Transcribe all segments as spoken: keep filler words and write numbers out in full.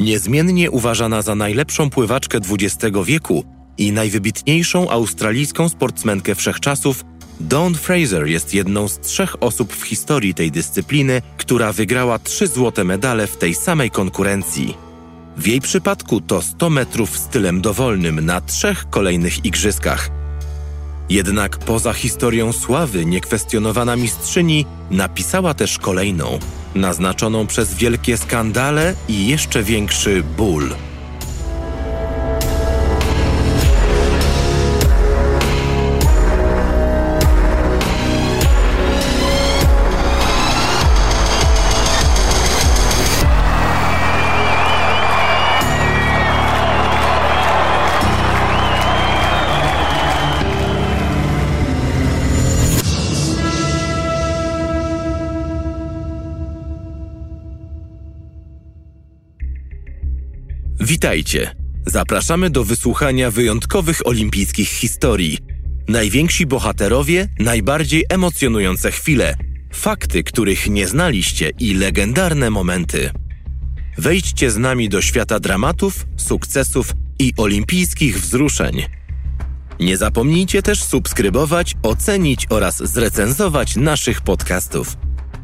Niezmiennie uważana za najlepszą pływaczkę dwudziestego wieku i najwybitniejszą australijską sportsmenkę wszechczasów, Dawn Fraser jest jedną z trzech osób w historii tej dyscypliny, która wygrała trzy złote medale w tej samej konkurencji. W jej przypadku to sto metrów stylem dowolnym na trzech kolejnych igrzyskach. Jednak poza historią sławy niekwestionowana mistrzyni napisała też kolejną, naznaczoną przez wielkie skandale i jeszcze większy ból. Witajcie! Zapraszamy do wysłuchania wyjątkowych olimpijskich historii. Najwięksi bohaterowie, najbardziej emocjonujące chwile, fakty, których nie znaliście i legendarne momenty. Wejdźcie z nami do świata dramatów, sukcesów i olimpijskich wzruszeń. Nie zapomnijcie też subskrybować, ocenić oraz zrecenzować naszych podcastów.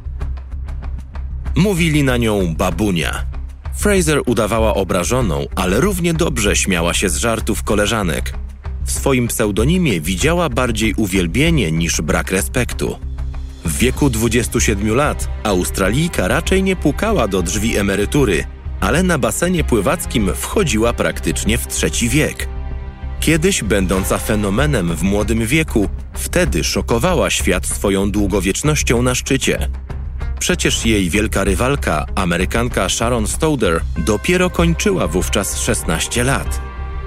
Mówili na nią babunia. Fraser udawała obrażoną, ale równie dobrze śmiała się z żartów koleżanek. W swoim pseudonimie widziała bardziej uwielbienie niż brak respektu. W wieku dwudziestu siedmiu lat Australijka raczej nie pukała do drzwi emerytury, ale na basenie pływackim wchodziła praktycznie w trzeci wiek. Kiedyś będąca fenomenem w młodym wieku, wtedy szokowała świat swoją długowiecznością na szczycie. Przecież jej wielka rywalka, Amerykanka Sharon Stauder, dopiero kończyła wówczas szesnaście lat.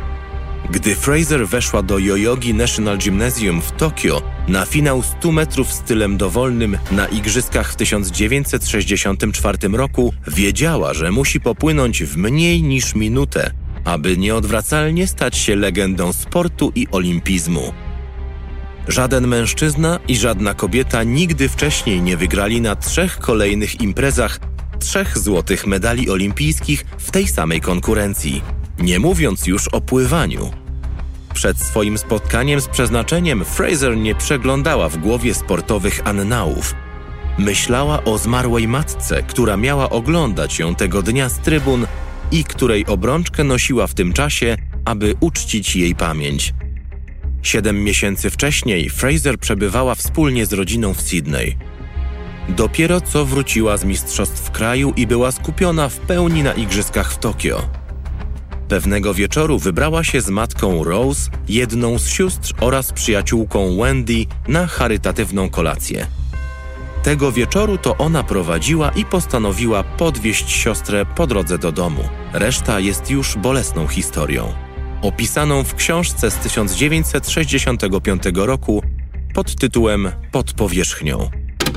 Gdy Fraser weszła do Yoyogi National Gymnasium w Tokio na finał stu metrów stylem dowolnym na igrzyskach w tysiąc dziewięćset sześćdziesiątym czwartym roku, wiedziała, że musi popłynąć w mniej niż minutę, aby nieodwracalnie stać się legendą sportu i olimpizmu. Żaden mężczyzna i żadna kobieta nigdy wcześniej nie wygrali na trzech kolejnych imprezach trzech złotych medali olimpijskich w tej samej konkurencji, nie mówiąc już o pływaniu. Przed swoim spotkaniem z przeznaczeniem Fraser nie przeglądała w głowie sportowych annałów. Myślała o zmarłej matce, która miała oglądać ją tego dnia z trybun i której obrączkę nosiła w tym czasie, aby uczcić jej pamięć. Siedem miesięcy wcześniej Fraser przebywała wspólnie z rodziną w Sydney. Dopiero co wróciła z mistrzostw kraju i była skupiona w pełni na igrzyskach w Tokio. Pewnego wieczoru wybrała się z matką Rose, jedną z sióstr oraz przyjaciółką Wendy na charytatywną kolację. Tego wieczoru to ona prowadziła i postanowiła podwieźć siostrę po drodze do domu. Reszta jest już bolesną historią, opisaną w książce z tysiąc dziewięćset sześćdziesiątego piątego roku pod tytułem Pod powierzchnią.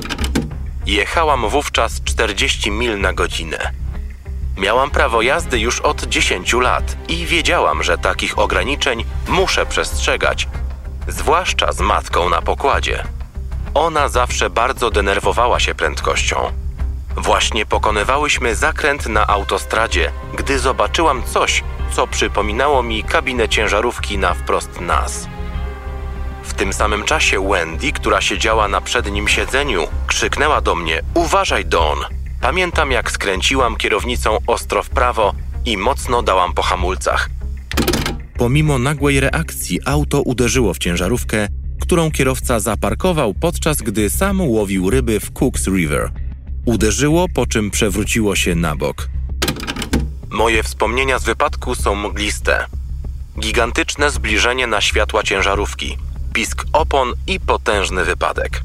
Jechałam wówczas czterdzieści mil na godzinę. Miałam prawo jazdy już od dziesięciu lat i wiedziałam, że takich ograniczeń muszę przestrzegać, zwłaszcza z matką na pokładzie. Ona zawsze bardzo denerwowała się prędkością. Właśnie pokonywałyśmy zakręt na autostradzie, gdy zobaczyłam coś, co przypominało mi kabinę ciężarówki na wprost nas. W tym samym czasie Wendy, która siedziała na przednim siedzeniu, krzyknęła do mnie: „Uważaj, Dawn!” Pamiętam, jak skręciłam kierownicą ostro w prawo i mocno dałam po hamulcach. Pomimo nagłej reakcji auto uderzyło w ciężarówkę, którą kierowca zaparkował, podczas gdy sam łowił ryby w Cooks River. Uderzyło, po czym przewróciło się na bok. Moje wspomnienia z wypadku są mgliste. Gigantyczne zbliżenie na światła ciężarówki, pisk opon i potężny wypadek.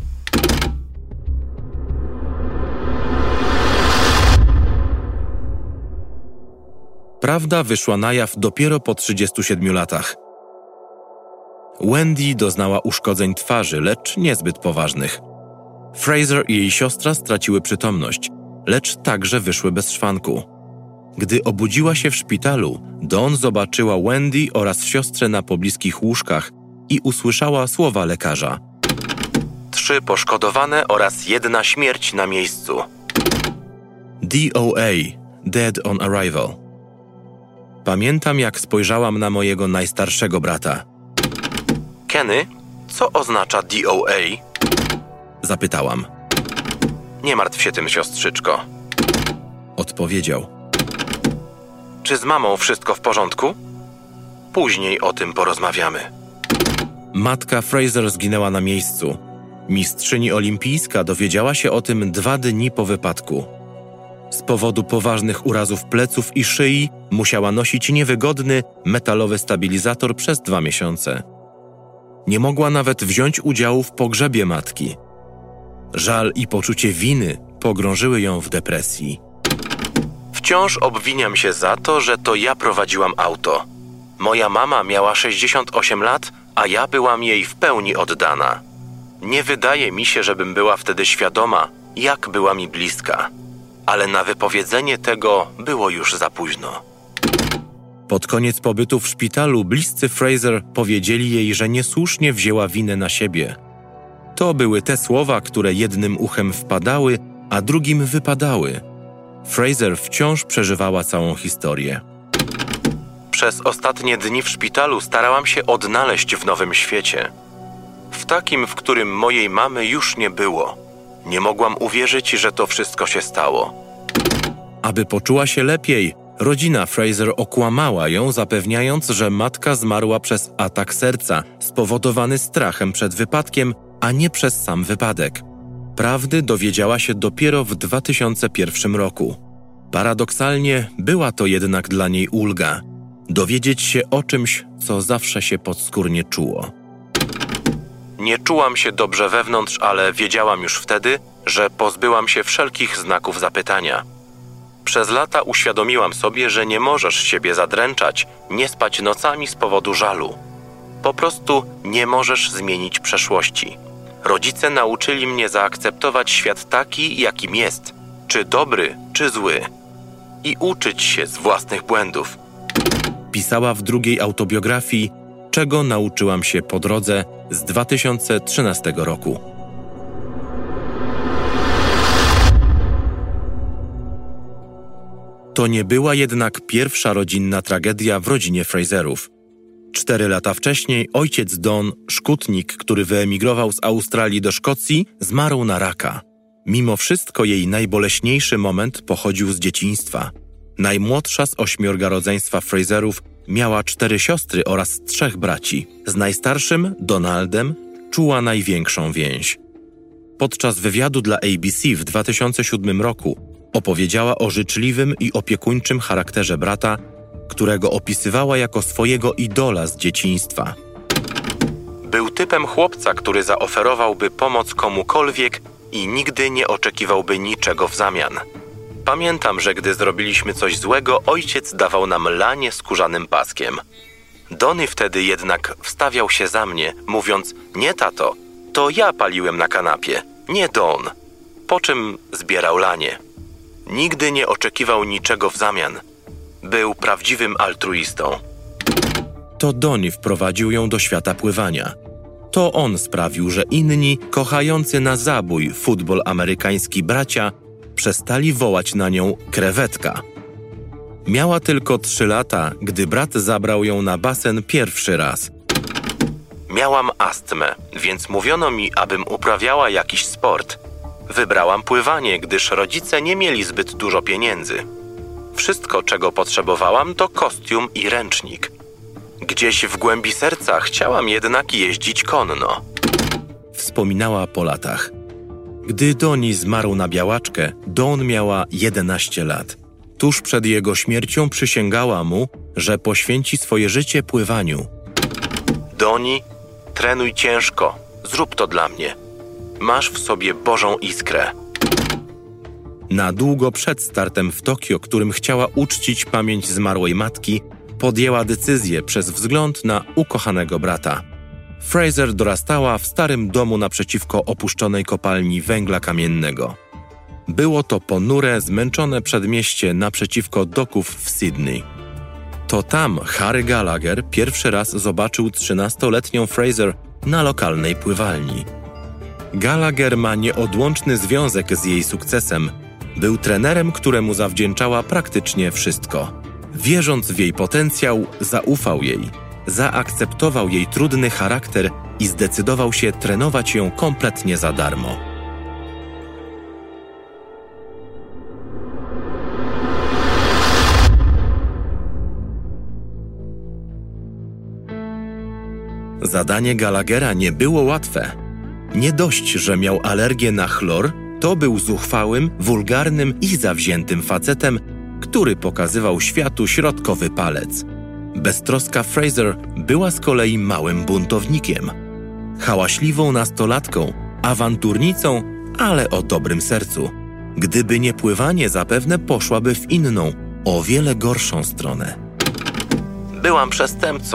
Prawda wyszła na jaw dopiero po trzydziestu siedmiu latach. Wendy doznała uszkodzeń twarzy, lecz niezbyt poważnych. Fraser i jej siostra straciły przytomność, lecz także wyszły bez szwanku. Gdy obudziła się w szpitalu, Dawn zobaczyła Wendy oraz siostrę na pobliskich łóżkach i usłyszała słowa lekarza: Trzy poszkodowane oraz jedna śmierć na miejscu. D O A – Dead on Arrival. Pamiętam, jak spojrzałam na mojego najstarszego brata. Kenny, co oznacza D O A? Zapytałam. Nie martw się tym, siostrzyczko. Odpowiedział. Czy z mamą wszystko w porządku? Później o tym porozmawiamy. Matka Fraser zginęła na miejscu. Mistrzyni olimpijska dowiedziała się o tym dwa dni po wypadku. Z powodu poważnych urazów pleców i szyi musiała nosić niewygodny, metalowy stabilizator przez dwa miesiące. Nie mogła nawet wziąć udziału w pogrzebie matki. Żal i poczucie winy pogrążyły ją w depresji. Wciąż obwiniam się za to, że to ja prowadziłam auto. Moja mama miała sześćdziesiąt osiem lat, a ja byłam jej w pełni oddana. Nie wydaje mi się, żebym była wtedy świadoma, jak była mi bliska. Ale na wypowiedzenie tego było już za późno. Pod koniec pobytu w szpitalu bliscy Fraser powiedzieli jej, że niesłusznie wzięła winę na siebie. To były te słowa, które jednym uchem wpadały, a drugim wypadały. Fraser wciąż przeżywała całą historię. Przez ostatnie dni w szpitalu starałam się odnaleźć w nowym świecie. W takim, w którym mojej mamy już nie było. Nie mogłam uwierzyć, że to wszystko się stało. Aby poczuła się lepiej, rodzina Fraser okłamała ją, zapewniając, że matka zmarła przez atak serca spowodowany strachem przed wypadkiem, a nie przez sam wypadek. Prawdy dowiedziała się dopiero w dwa tysiące pierwszym roku. Paradoksalnie była to jednak dla niej ulga. Dowiedzieć się o czymś, co zawsze się podskórnie czuło. Nie czułam się dobrze wewnątrz, ale wiedziałam już wtedy, że pozbyłam się wszelkich znaków zapytania. Przez lata uświadomiłam sobie, że nie możesz siebie zadręczać, nie spać nocami z powodu żalu. Po prostu nie możesz zmienić przeszłości. Rodzice nauczyli mnie zaakceptować świat taki, jakim jest, czy dobry, czy zły, i uczyć się z własnych błędów. Pisała w drugiej autobiografii, czego nauczyłam się po drodze z dwa tysiące trzynastego roku. To nie była jednak pierwsza rodzinna tragedia w rodzinie Fraserów. Cztery lata wcześniej ojciec Don, szkutnik, który wyemigrował z Australii do Szkocji, zmarł na raka. Mimo wszystko jej najboleśniejszy moment pochodził z dzieciństwa. Najmłodsza z ośmiorga rodzeństwa Fraserów miała cztery siostry oraz trzech braci. Z najstarszym, Donaldem, czuła największą więź. Podczas wywiadu dla A B C w dwa tysiące siódmym roku opowiedziała o życzliwym i opiekuńczym charakterze brata, którego opisywała jako swojego idola z dzieciństwa. Był typem chłopca, który zaoferowałby pomoc komukolwiek i nigdy nie oczekiwałby niczego w zamian. Pamiętam, że gdy zrobiliśmy coś złego, ojciec dawał nam lanie skórzanym paskiem. Donny wtedy jednak wstawiał się za mnie, mówiąc: nie tato, to ja paliłem na kanapie, nie Don. Po czym zbierał lanie. Nigdy nie oczekiwał niczego w zamian. Był prawdziwym altruistą. To Donny wprowadził ją do świata pływania. To on sprawił, że inni, kochający na zabój futbol amerykański bracia, przestali wołać na nią krewetka. Miała tylko trzy lata, gdy brat zabrał ją na basen pierwszy raz. Miałam astmę, więc mówiono mi, abym uprawiała jakiś sport. Wybrałam pływanie, gdyż rodzice nie mieli zbyt dużo pieniędzy. Wszystko, czego potrzebowałam, to kostium i ręcznik. Gdzieś w głębi serca chciałam jednak jeździć konno. Wspominała po latach. Gdy Donny zmarł na białaczkę, Dawn miała jedenaście lat. Tuż przed jego śmiercią przysięgała mu, że poświęci swoje życie pływaniu. Donny, trenuj ciężko, zrób to dla mnie. Masz w sobie Bożą iskrę. Na długo przed startem w Tokio, którym chciała uczcić pamięć zmarłej matki, podjęła decyzję przez wzgląd na ukochanego brata. Fraser dorastała w starym domu naprzeciwko opuszczonej kopalni węgla kamiennego. Było to ponure, zmęczone przedmieście naprzeciwko doków w Sydney. To tam Harry Gallagher pierwszy raz zobaczył trzynastoletnią Fraser na lokalnej pływalni. Gallagher ma nieodłączny związek z jej sukcesem. Był trenerem, któremu zawdzięczała praktycznie wszystko. Wierząc w jej potencjał, zaufał jej, zaakceptował jej trudny charakter i zdecydował się trenować ją kompletnie za darmo. Zadanie Gallaghera nie było łatwe. Nie dość, że miał alergię na chlor, to był zuchwałym, wulgarnym i zawziętym facetem, który pokazywał światu środkowy palec. Beztroska Fraser była z kolei małym buntownikiem. Hałaśliwą nastolatką, awanturnicą, ale o dobrym sercu. Gdyby nie pływanie, zapewne poszłaby w inną, o wiele gorszą stronę. Byłam przestępcą,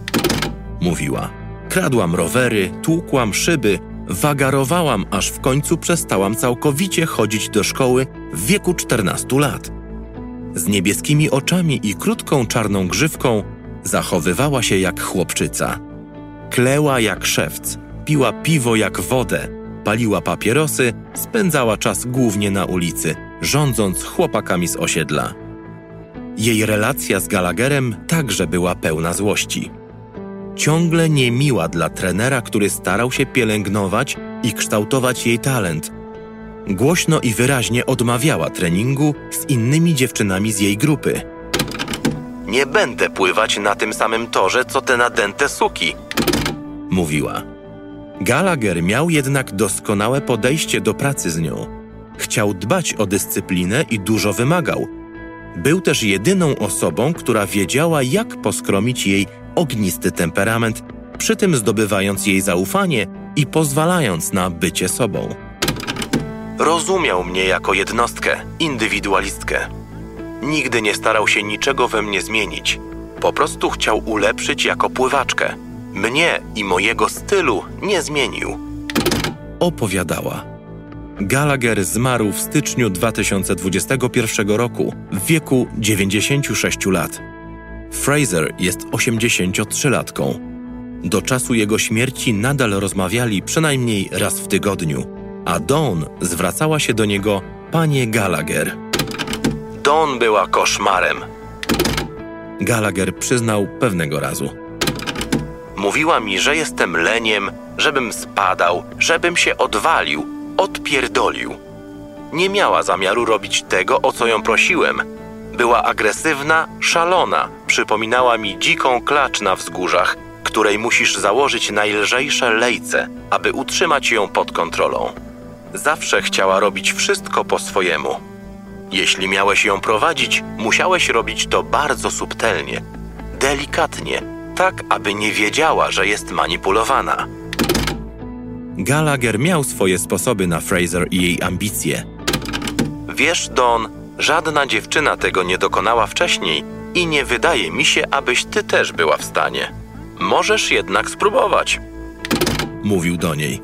mówiła. Kradłam rowery, tłukłam szyby, wagarowałam, aż w końcu przestałam całkowicie chodzić do szkoły w wieku czternastu lat. Z niebieskimi oczami i krótką czarną grzywką zachowywała się jak chłopczyca. Kleła jak szewc, piła piwo jak wodę, paliła papierosy, spędzała czas głównie na ulicy, rządząc chłopakami z osiedla. Jej relacja z Gallagherem także była pełna złości. Ciągle niemiła dla trenera, który starał się pielęgnować i kształtować jej talent. Głośno i wyraźnie odmawiała treningu z innymi dziewczynami z jej grupy. Nie będę pływać na tym samym torze, co te nadęte suki, mówiła. Gallagher miał jednak doskonałe podejście do pracy z nią. Chciał dbać o dyscyplinę i dużo wymagał. Był też jedyną osobą, która wiedziała, jak poskromić jej ognisty temperament, przy tym zdobywając jej zaufanie i pozwalając na bycie sobą. Rozumiał mnie jako jednostkę, indywidualistkę. Nigdy nie starał się niczego we mnie zmienić. Po prostu chciał ulepszyć jako pływaczkę. Mnie i mojego stylu nie zmienił. Opowiadała. Gallagher zmarł w styczniu dwa tysiące dwudziestego pierwszego roku w wieku dziewięćdziesięciu sześciu lat. Fraser jest osiemdziesięciotrzylatką. Do czasu jego śmierci nadal rozmawiali przynajmniej raz w tygodniu, a Dawn zwracała się do niego panie Gallagher. Dawn była koszmarem, Gallagher przyznał pewnego razu. Mówiła mi, że jestem leniem, żebym spadał, żebym się odwalił, odpierdolił. Nie miała zamiaru robić tego, o co ją prosiłem. Była agresywna, szalona, przypominała mi dziką klacz na wzgórzach, której musisz założyć najlżejsze lejce, aby utrzymać ją pod kontrolą. Zawsze chciała robić wszystko po swojemu. Jeśli miałeś ją prowadzić, musiałeś robić to bardzo subtelnie, delikatnie, tak aby nie wiedziała, że jest manipulowana. Gallagher miał swoje sposoby na Fraser i jej ambicje. Wiesz, Dawn, żadna dziewczyna tego nie dokonała wcześniej i nie wydaje mi się, abyś ty też była w stanie. Możesz jednak spróbować, mówił do niej.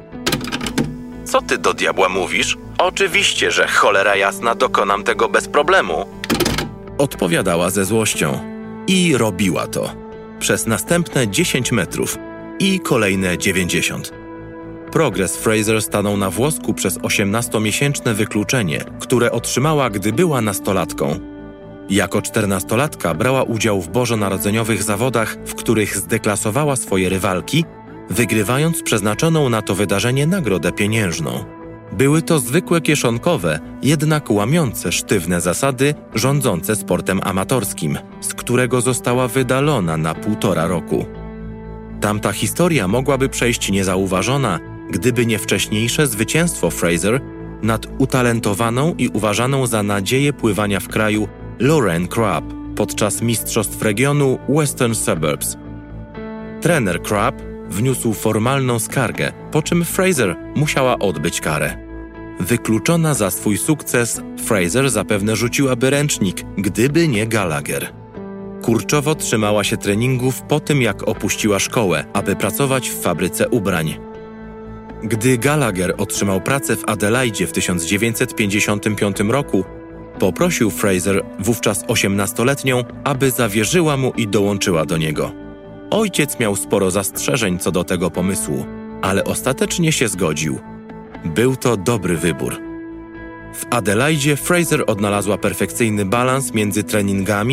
Co ty do diabła mówisz? Oczywiście, że cholera jasna dokonam tego bez problemu, odpowiadała ze złością. I robiła to. Przez następne dziesięć metrów i kolejne dziewięćdziesiąt. Progres Fraser stanął na włosku przez osiemnastomiesięczne wykluczenie, które otrzymała, gdy była nastolatką. Jako czternastolatka brała udział w bożonarodzeniowych zawodach, w których zdeklasowała swoje rywalki, wygrywając przeznaczoną na to wydarzenie nagrodę pieniężną. Były to zwykłe kieszonkowe, jednak łamiące sztywne zasady rządzące sportem amatorskim, z którego została wydalona na półtora roku. Tamta historia mogłaby przejść niezauważona, gdyby nie wcześniejsze zwycięstwo Fraser nad utalentowaną i uważaną za nadzieję pływania w kraju Lauren Crabb podczas mistrzostw regionu Western Suburbs. Trener Crabb wniósł formalną skargę, po czym Fraser musiała odbyć karę. Wykluczona za swój sukces, Fraser zapewne rzuciłaby ręcznik, gdyby nie Gallagher. Kurczowo trzymała się treningów po tym, jak opuściła szkołę, aby pracować w fabryce ubrań. Gdy Gallagher otrzymał pracę w Adelaidzie w tysiąc dziewięćset pięćdziesiątym piątym roku, poprosił Fraser, wówczas osiemnastoletnią, aby zawierzyła mu i dołączyła do niego. Ojciec miał sporo zastrzeżeń co do tego pomysłu, ale ostatecznie się zgodził. Był to dobry wybór. W Adelaidzie Fraser odnalazła perfekcyjny balans między treningami,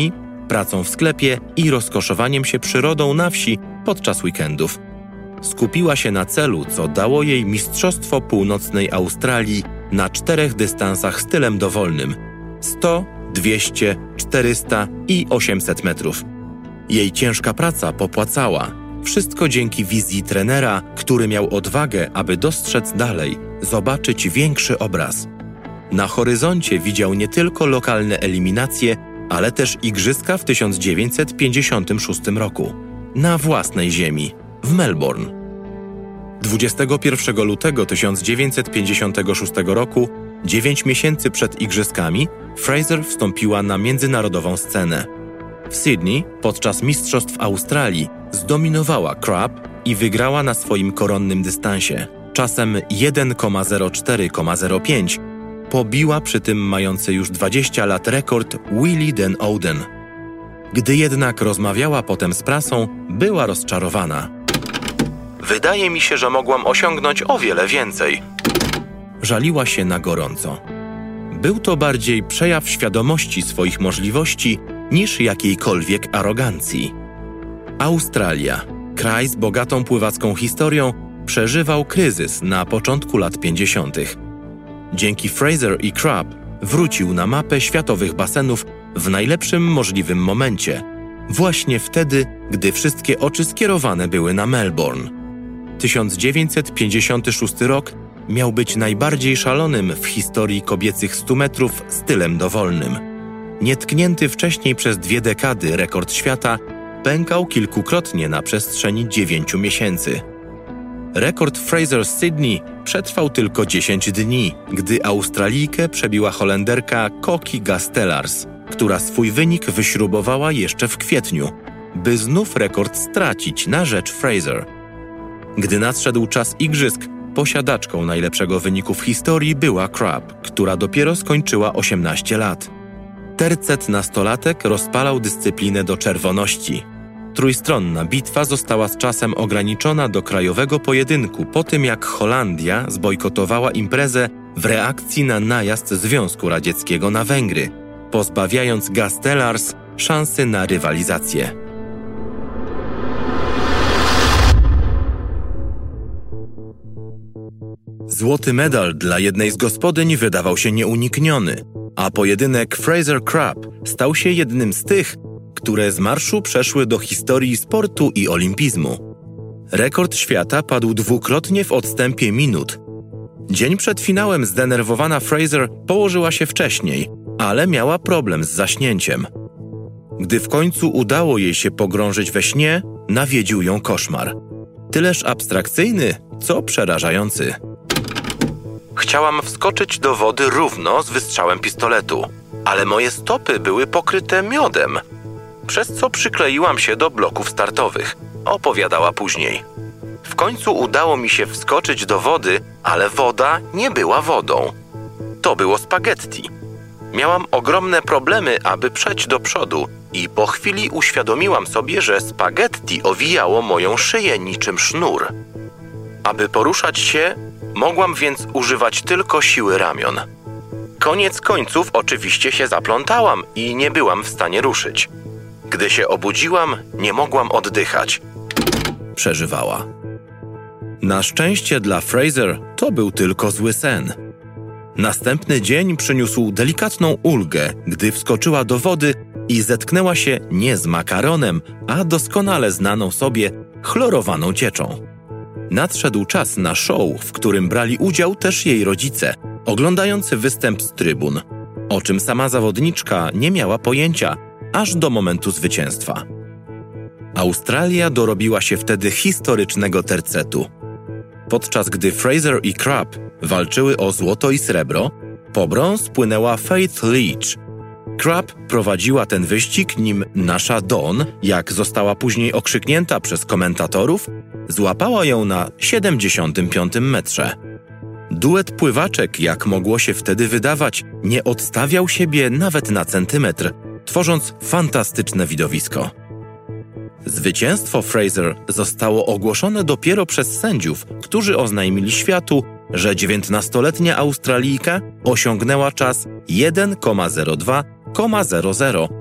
pracą w sklepie i rozkoszowaniem się przyrodą na wsi podczas weekendów. Skupiła się na celu, co dało jej Mistrzostwo Północnej Australii na czterech dystansach stylem dowolnym – sto, dwieście, czterysta i osiemset metrów. Jej ciężka praca popłacała. Wszystko dzięki wizji trenera, który miał odwagę, aby dostrzec dalej, zobaczyć większy obraz. Na horyzoncie widział nie tylko lokalne eliminacje, ale też igrzyska w tysiąc dziewięćset pięćdziesiątym szóstym roku, na własnej ziemi, w Melbourne. dwudziestego pierwszego lutego tysiąc dziewięćset pięćdziesiątego szóstego roku, dziewięć miesięcy przed igrzyskami, Fraser wstąpiła na międzynarodową scenę. W Sydney podczas Mistrzostw Australii zdominowała Crabb i wygrała na swoim koronnym dystansie. Czasem jeden zero cztery zero pięć pobiła przy tym mający już dwadzieścia lat rekord Willie den Ouden. Gdy jednak rozmawiała potem z prasą, była rozczarowana. Wydaje mi się, że mogłam osiągnąć o wiele więcej. Żaliła się na gorąco. Był to bardziej przejaw świadomości swoich możliwości niż jakiejkolwiek arogancji. Australia, kraj z bogatą pływacką historią, przeżywał kryzys na początku lat pięćdziesiątych. Dzięki Fraser i Crabb wrócił na mapę światowych basenów w najlepszym możliwym momencie, właśnie wtedy, gdy wszystkie oczy skierowane były na Melbourne. tysiąc dziewięćset pięćdziesiąty szósty rok miał być najbardziej szalonym w historii kobiecych stu metrów stylem dowolnym. Nietknięty wcześniej przez dwie dekady rekord świata pękał kilkukrotnie na przestrzeni dziewięciu miesięcy. Rekord Fraser z Sydney przetrwał tylko dziesięć dni, gdy Australijkę przebiła Holenderka Coki Gastelaars, która swój wynik wyśrubowała jeszcze w kwietniu, by znów rekord stracić na rzecz Fraser. Gdy nadszedł czas igrzysk, posiadaczką najlepszego wyniku w historii była Crabb, która dopiero skończyła osiemnaście lat. Tercet nastolatek rozpalał dyscyplinę do czerwoności. Trójstronna bitwa została z czasem ograniczona do krajowego pojedynku po tym, jak Holandia zbojkotowała imprezę w reakcji na najazd Związku Radzieckiego na Węgry, pozbawiając Gastelaars szansy na rywalizację. Złoty medal dla jednej z gospodyń wydawał się nieunikniony, a pojedynek Fraser-Crabb stał się jednym z tych, które z marszu przeszły do historii sportu i olimpizmu. Rekord świata padł dwukrotnie w odstępie minut. Dzień przed finałem zdenerwowana Fraser położyła się wcześniej, ale miała problem z zaśnięciem. Gdy w końcu udało jej się pogrążyć we śnie, nawiedził ją koszmar. Tyleż abstrakcyjny, co przerażający. Chciałam wskoczyć do wody równo z wystrzałem pistoletu, ale moje stopy były pokryte miodem, przez co przykleiłam się do bloków startowych, opowiadała później. W końcu udało mi się wskoczyć do wody, ale woda nie była wodą. To było spaghetti. Miałam ogromne problemy, aby przejść do przodu i po chwili uświadomiłam sobie, że spaghetti owijało moją szyję niczym sznur. Aby poruszać się, mogłam więc używać tylko siły ramion. Koniec końców oczywiście się zaplątałam i nie byłam w stanie ruszyć. Gdy się obudziłam, nie mogłam oddychać. Przeżywała. Na szczęście dla Fraser to był tylko zły sen. Następny dzień przyniósł delikatną ulgę, gdy wskoczyła do wody i zetknęła się nie z makaronem, a doskonale znaną sobie chlorowaną cieczą. Nadszedł czas na show, w którym brali udział też jej rodzice, oglądający występ z trybun, o czym sama zawodniczka nie miała pojęcia, aż do momentu zwycięstwa. Australia dorobiła się wtedy historycznego tercetu. Podczas gdy Fraser i Crabb walczyły o złoto i srebro, po brąz płynęła Faith Leach. Crabb prowadziła ten wyścig, nim nasza Dawn, jak została później okrzyknięta przez komentatorów, złapała ją na siedemdziesiątym piątym metrze. Duet pływaczek, jak mogło się wtedy wydawać, nie odstawiał siebie nawet na centymetr, tworząc fantastyczne widowisko. Zwycięstwo Fraser zostało ogłoszone dopiero przez sędziów, którzy oznajmili światu, że dziewiętnastoletnia Australijka osiągnęła czas jeden zero dwa zero zero,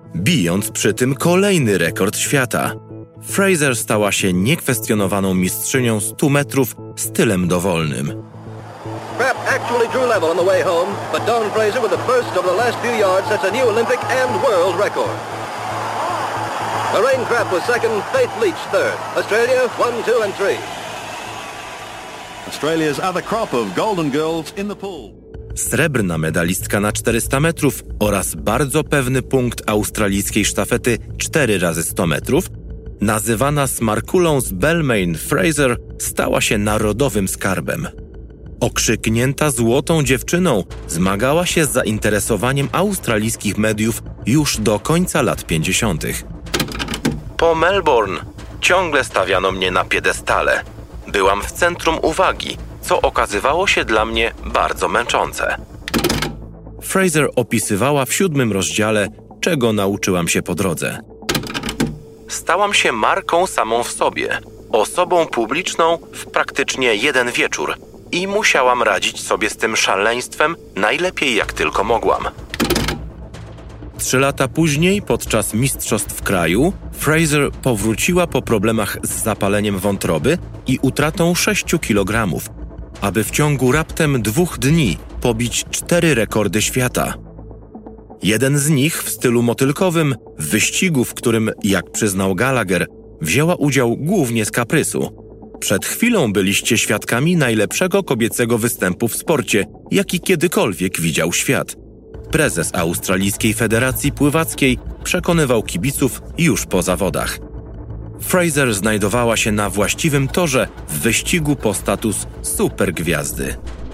bijąc przy tym kolejny rekord świata. Fraser stała się niekwestionowaną mistrzynią stu metrów stylem dowolnym. Kraft actually drew level on the way home, but Dawn Fraser with a burst over the last few yards sets a new Olympic and world record. Lorraine Kraft was second, Faith Leach third. Australia one, two and three. Australia's other crop of golden girls in the pool. Srebrna medalistka na czterysta metrów oraz bardzo pewny punkt australijskiej sztafety cztery razy sto metrów, nazywana smarkulą z Balmain Fraser, stała się narodowym skarbem. Okrzyknięta złotą dziewczyną, zmagała się z zainteresowaniem australijskich mediów już do końca lat pięćdziesiątych. Po Melbourne ciągle stawiano mnie na piedestale. Byłam w centrum uwagi, co okazywało się dla mnie bardzo męczące. Fraser opisywała w siódmym rozdziale, czego nauczyłam się po drodze. Stałam się marką samą w sobie, osobą publiczną w praktycznie jeden wieczór i musiałam radzić sobie z tym szaleństwem najlepiej jak tylko mogłam. Trzy lata później, podczas mistrzostw kraju, Fraser powróciła po problemach z zapaleniem wątroby i utratą sześciu kilogramów, aby w ciągu raptem dwóch dni pobić cztery rekordy świata. Jeden z nich w stylu motylkowym, w wyścigu, w którym, jak przyznał Gallagher, wzięła udział głównie z kaprysu. Przed chwilą byliście świadkami najlepszego kobiecego występu w sporcie, jaki kiedykolwiek widział świat. Prezes Australijskiej Federacji Pływackiej przekonywał kibiców już po zawodach. Fraser znajdowała się na właściwym torze w wyścigu po status supergwiazdy.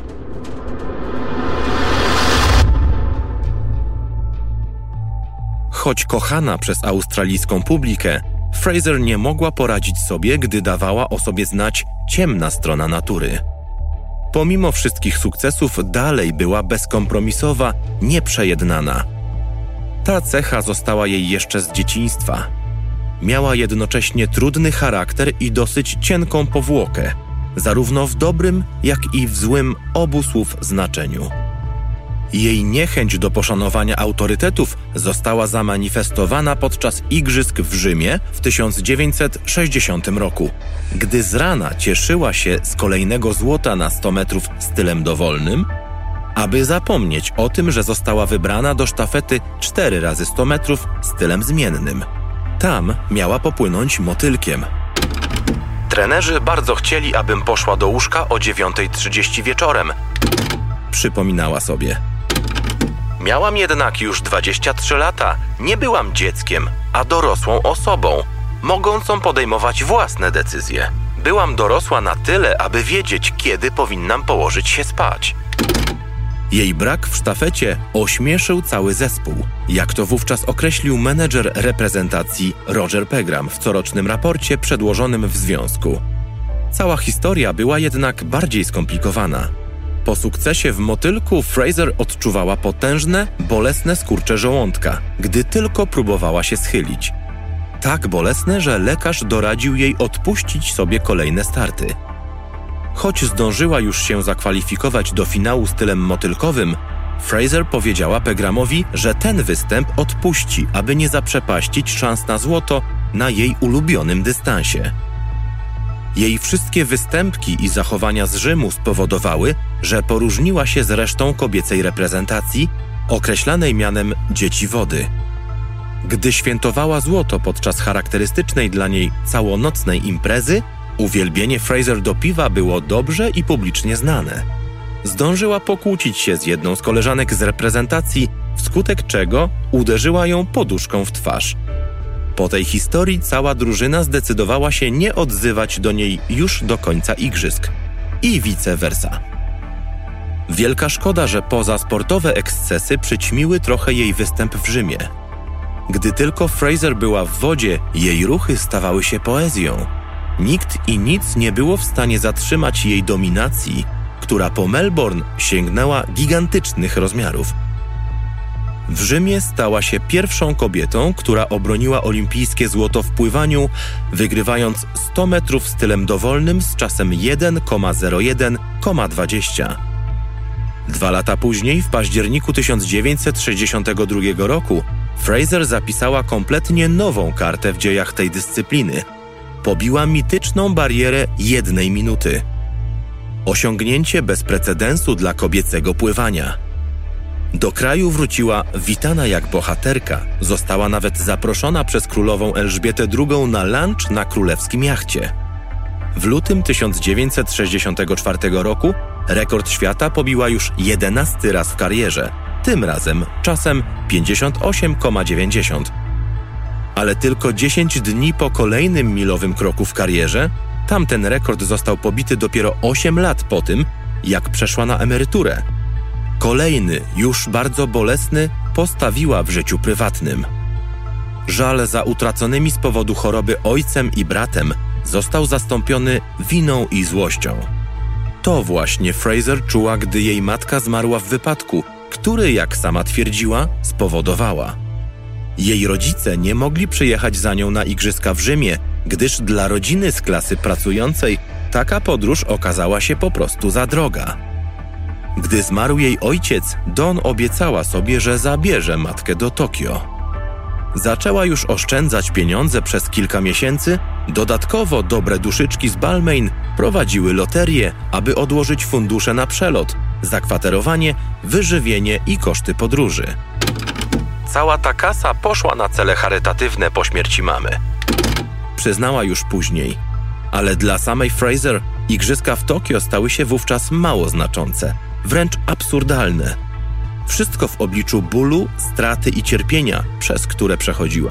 Choć kochana przez australijską publikę, Fraser nie mogła poradzić sobie, gdy dawała o sobie znać ciemna strona natury. Pomimo wszystkich sukcesów dalej była bezkompromisowa, nieprzejednana. Ta cecha została jej jeszcze z dzieciństwa. Miała jednocześnie trudny charakter i dosyć cienką powłokę, zarówno w dobrym, jak i w złym obu słów znaczeniu. Jej niechęć do poszanowania autorytetów została zamanifestowana podczas igrzysk w Rzymie w tysiąc dziewięćset sześćdziesiątym roku, gdy z rana cieszyła się z kolejnego złota na sto metrów stylem dowolnym, aby zapomnieć o tym, że została wybrana do sztafety cztery razy sto metrów stylem zmiennym. Tam miała popłynąć motylkiem. Trenerzy bardzo chcieli, abym poszła do łóżka o dziewiątej trzydzieści wieczorem, przypominała sobie. Miałam jednak już dwadzieścia trzy lata, nie byłam dzieckiem, a dorosłą osobą, mogącą podejmować własne decyzje. Byłam dorosła na tyle, aby wiedzieć, kiedy powinnam położyć się spać. Jej brak w sztafecie ośmieszył cały zespół, jak to wówczas określił menedżer reprezentacji Roger Pegram w corocznym raporcie przedłożonym w związku. Cała historia była jednak bardziej skomplikowana. Po sukcesie w motylku Fraser odczuwała potężne, bolesne skurcze żołądka, gdy tylko próbowała się schylić. Tak bolesne, że lekarz doradził jej odpuścić sobie kolejne starty. Choć zdążyła już się zakwalifikować do finału stylem motylkowym, Fraser powiedziała Pegramowi, że ten występ odpuści, aby nie zaprzepaścić szans na złoto na jej ulubionym dystansie. Jej wszystkie występki i zachowania z Rzymu spowodowały, że poróżniła się z resztą kobiecej reprezentacji, określanej mianem dzieci wody. Gdy świętowała złoto podczas charakterystycznej dla niej całonocnej imprezy, uwielbienie Fraser do piwa było dobrze i publicznie znane. Zdążyła pokłócić się z jedną z koleżanek z reprezentacji, wskutek czego uderzyła ją poduszką w twarz. Po tej historii cała drużyna zdecydowała się nie odzywać do niej już do końca igrzysk. I vice versa. Wielka szkoda, że pozasportowe ekscesy przyćmiły trochę jej występ w Rzymie. Gdy tylko Fraser była w wodzie, jej ruchy stawały się poezją. Nikt i nic nie było w stanie zatrzymać jej dominacji, która po Melbourne sięgnęła gigantycznych rozmiarów. W Rzymie stała się pierwszą kobietą, która obroniła olimpijskie złoto w pływaniu, wygrywając sto metrów stylem dowolnym z czasem jeden zero jeden dwadzieścia. Dwa lata później, w październiku tysiąc dziewięćset sześćdziesiątego drugiego roku, Fraser zapisała kompletnie nową kartę w dziejach tej dyscypliny. Pobiła mityczną barierę jednej minuty. Osiągnięcie bez precedensu dla kobiecego pływania. Do kraju wróciła witana jak bohaterka. Została nawet zaproszona przez królową Elżbietę drugą na lunch na królewskim jachcie. W lutym tysiąc dziewięćset sześćdziesiątego czwartego roku rekord świata pobiła już jedenasty raz w karierze, tym razem czasem pięćdziesiąt osiem przecinek dziewięćdziesiąt. Ale tylko dziesięć dni po kolejnym milowym kroku w karierze, tamten rekord został pobity dopiero osiem lat po tym, jak przeszła na emeryturę. Kolejny, już bardzo bolesny, postawiła w życiu prywatnym. Żal za utraconymi z powodu choroby ojcem i bratem został zastąpiony winą i złością. To właśnie Fraser czuła, gdy jej matka zmarła w wypadku, który, jak sama twierdziła, spowodowała. Jej rodzice nie mogli przyjechać za nią na igrzyska w Rzymie, gdyż dla rodziny z klasy pracującej taka podróż okazała się po prostu za droga. Gdy zmarł jej ojciec, Dawn obiecała sobie, że zabierze matkę do Tokio. Zaczęła już oszczędzać pieniądze przez kilka miesięcy, dodatkowo dobre duszyczki z Balmain prowadziły loterię, aby odłożyć fundusze na przelot, zakwaterowanie, wyżywienie i koszty podróży. Cała ta kasa poszła na cele charytatywne po śmierci mamy. Przyznała już później. Ale dla samej Fraser igrzyska w Tokio stały się wówczas mało znaczące, wręcz absurdalne. Wszystko w obliczu bólu, straty i cierpienia, przez które przechodziła.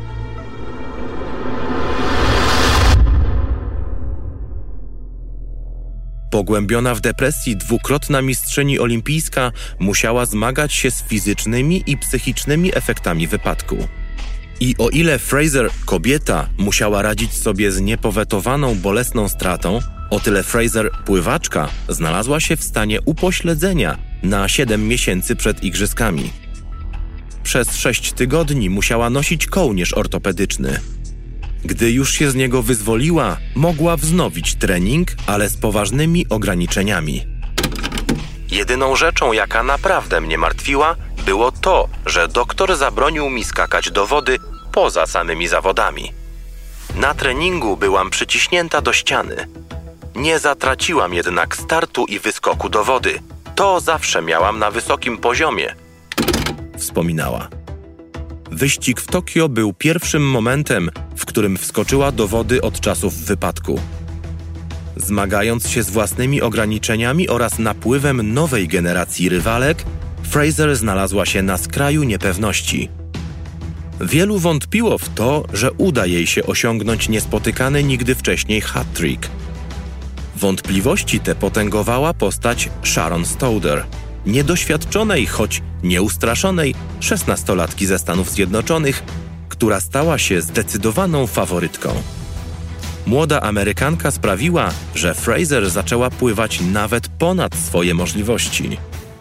Pogłębiona w depresji dwukrotna mistrzyni olimpijska musiała zmagać się z fizycznymi i psychicznymi efektami wypadku. I o ile Fraser, kobieta, musiała radzić sobie z niepowetowaną bolesną stratą, o tyle Fraser, pływaczka, znalazła się w stanie upośledzenia na siedem miesięcy przed igrzyskami. Przez sześć tygodni musiała nosić kołnierz ortopedyczny. Gdy już się z niego wyzwoliła, mogła wznowić trening, ale z poważnymi ograniczeniami. Jedyną rzeczą, jaka naprawdę mnie martwiła, było to, że doktor zabronił mi skakać do wody poza samymi zawodami. Na treningu byłam przyciśnięta do ściany. Nie zatraciłam jednak startu i wyskoku do wody. To zawsze miałam na wysokim poziomie, wspominała. Wyścig w Tokio był pierwszym momentem, w którym wskoczyła do wody od czasów wypadku. Zmagając się z własnymi ograniczeniami oraz napływem nowej generacji rywalek, Fraser znalazła się na skraju niepewności. Wielu wątpiło w to, że uda jej się osiągnąć niespotykany nigdy wcześniej hat-trick. Wątpliwości te potęgowała postać Sharon Stauder, niedoświadczonej, choć nieustraszonej szesnastolatki ze Stanów Zjednoczonych, która stała się zdecydowaną faworytką. Młoda Amerykanka sprawiła, że Fraser zaczęła pływać nawet ponad swoje możliwości.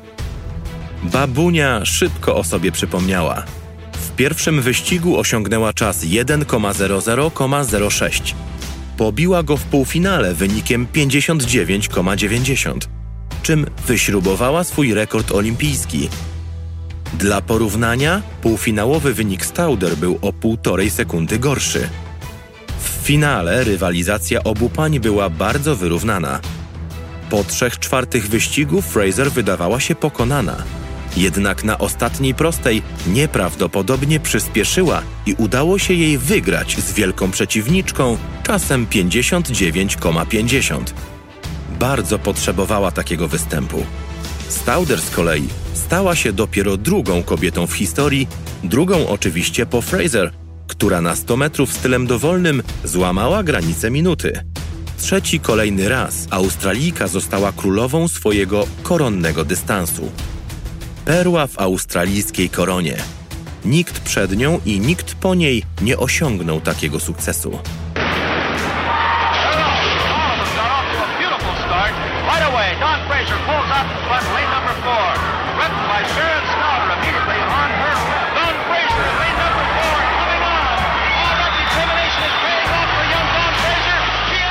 Babunia szybko o sobie przypomniała. W pierwszym wyścigu osiągnęła czas jeden przecinek zero zero zero sześć. Pobiła go w półfinale wynikiem pięćdziesiąt dziewięć przecinek dziewięćdziesiąt, czym wyśrubowała swój rekord olimpijski. Dla porównania, półfinałowy wynik Stauder był o półtorej sekundy gorszy. W finale rywalizacja obu pań była bardzo wyrównana. Po trzech czwartych wyścigu Fraser wydawała się pokonana. Jednak na ostatniej prostej nieprawdopodobnie przyspieszyła i udało się jej wygrać z wielką przeciwniczką czasem pięćdziesiąt dziewięć przecinek pięćdziesiąt. Bardzo potrzebowała takiego występu. Stauder z kolei stała się dopiero drugą kobietą w historii, drugą oczywiście po Fraser, która na sto metrów stylem dowolnym złamała granicę minuty. Trzeci kolejny raz Australijka została królową swojego koronnego dystansu. Perła w australijskiej koronie. Nikt przed nią i nikt po niej nie osiągnął takiego sukcesu.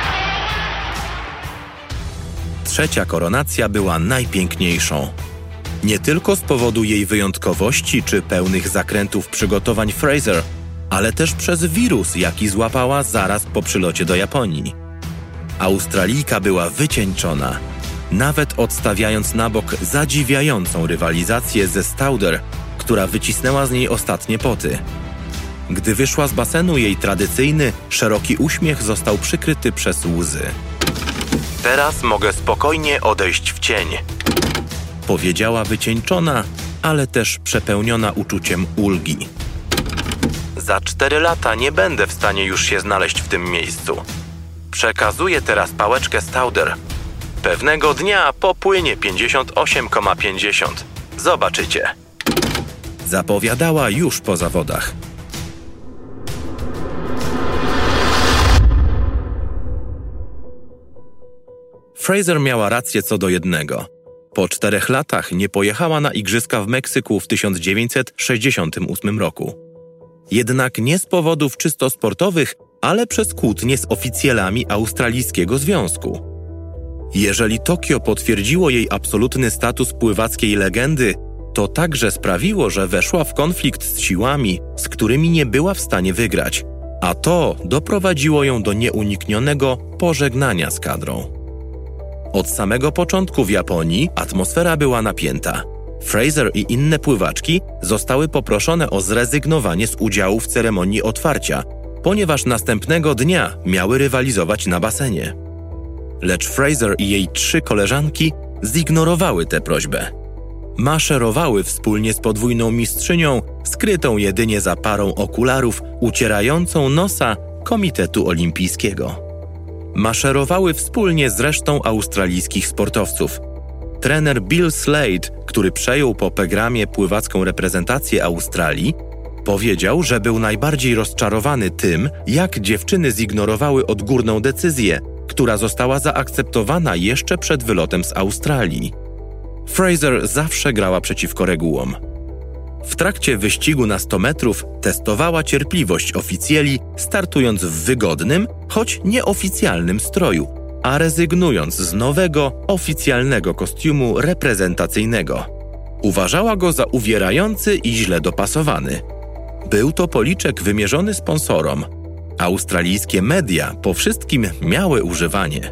Trzecia koronacja była najpiękniejszą. Nie tylko z powodu jej wyjątkowości czy pełnych zakrętów przygotowań Fraser, ale też przez wirus, jaki złapała zaraz po przylocie do Japonii. Australijka była wycieńczona, nawet odstawiając na bok zadziwiającą rywalizację ze Stauder, która wycisnęła z niej ostatnie poty. Gdy wyszła z basenu, jej tradycyjny, szeroki uśmiech został przykryty przez łzy. Teraz mogę spokojnie odejść w cień, powiedziała wycieńczona, ale też przepełniona uczuciem ulgi. Za cztery lata nie będę w stanie już się znaleźć w tym miejscu. Przekazuję teraz pałeczkę Stauder. Pewnego dnia popłynie pięćdziesiąt osiem przecinek pięćdziesiąt. Zobaczycie. Zapowiadała już po zawodach. Fraser miała rację co do jednego. Po czterech latach nie pojechała na igrzyska w Meksyku w tysiąc dziewięćset sześćdziesiątym ósmym roku. Jednak nie z powodów czysto sportowych, ale przez kłótnie z oficjalami australijskiego związku. Jeżeli Tokio potwierdziło jej absolutny status pływackiej legendy, to także sprawiło, że weszła w konflikt z siłami, z którymi nie była w stanie wygrać, a to doprowadziło ją do nieuniknionego pożegnania z kadrą. Od samego początku w Japonii atmosfera była napięta. Fraser i inne pływaczki zostały poproszone o zrezygnowanie z udziału w ceremonii otwarcia, ponieważ następnego dnia miały rywalizować na basenie. Lecz Fraser i jej trzy koleżanki zignorowały tę prośbę. Maszerowały wspólnie z podwójną mistrzynią, skrytą jedynie za parą okularów ucierającą nosa Komitetu Olimpijskiego. Maszerowały wspólnie z resztą australijskich sportowców. Trener Bill Slade, który przejął po Pegramie pływacką reprezentację Australii, powiedział, że był najbardziej rozczarowany tym, jak dziewczyny zignorowały odgórną decyzję, która została zaakceptowana jeszcze przed wylotem z Australii. Fraser zawsze grała przeciwko regułom. W trakcie wyścigu na sto metrów testowała cierpliwość oficjeli, startując w wygodnym, choć nieoficjalnym stroju, a rezygnując z nowego, oficjalnego kostiumu reprezentacyjnego. Uważała go za uwierający i źle dopasowany. Był to policzek wymierzony sponsorom. Australijskie media po wszystkim miały używanie.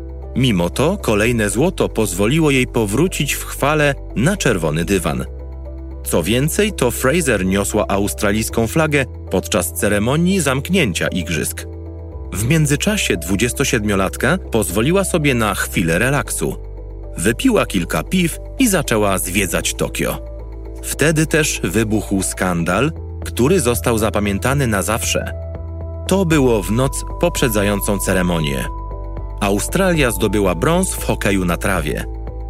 Mimo to kolejne złoto pozwoliło jej powrócić w chwale na czerwony dywan. Co więcej, to Fraser niosła australijską flagę podczas ceremonii zamknięcia igrzysk. W międzyczasie dwudziestosiedmiolatka pozwoliła sobie na chwilę relaksu. Wypiła kilka piw i zaczęła zwiedzać Tokio. Wtedy też wybuchł skandal, który został zapamiętany na zawsze. To było w noc poprzedzającą ceremonię. Australia zdobyła brąz w hokeju na trawie.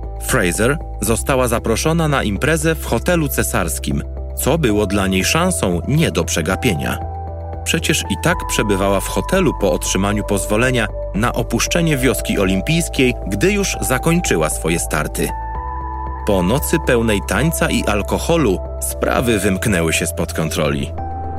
Fraser została zaproszona na imprezę w hotelu cesarskim, co było dla niej szansą nie do przegapienia. Przecież i tak przebywała w hotelu po otrzymaniu pozwolenia na opuszczenie wioski olimpijskiej, gdy już zakończyła swoje starty. Po nocy pełnej tańca i alkoholu sprawy wymknęły się spod kontroli.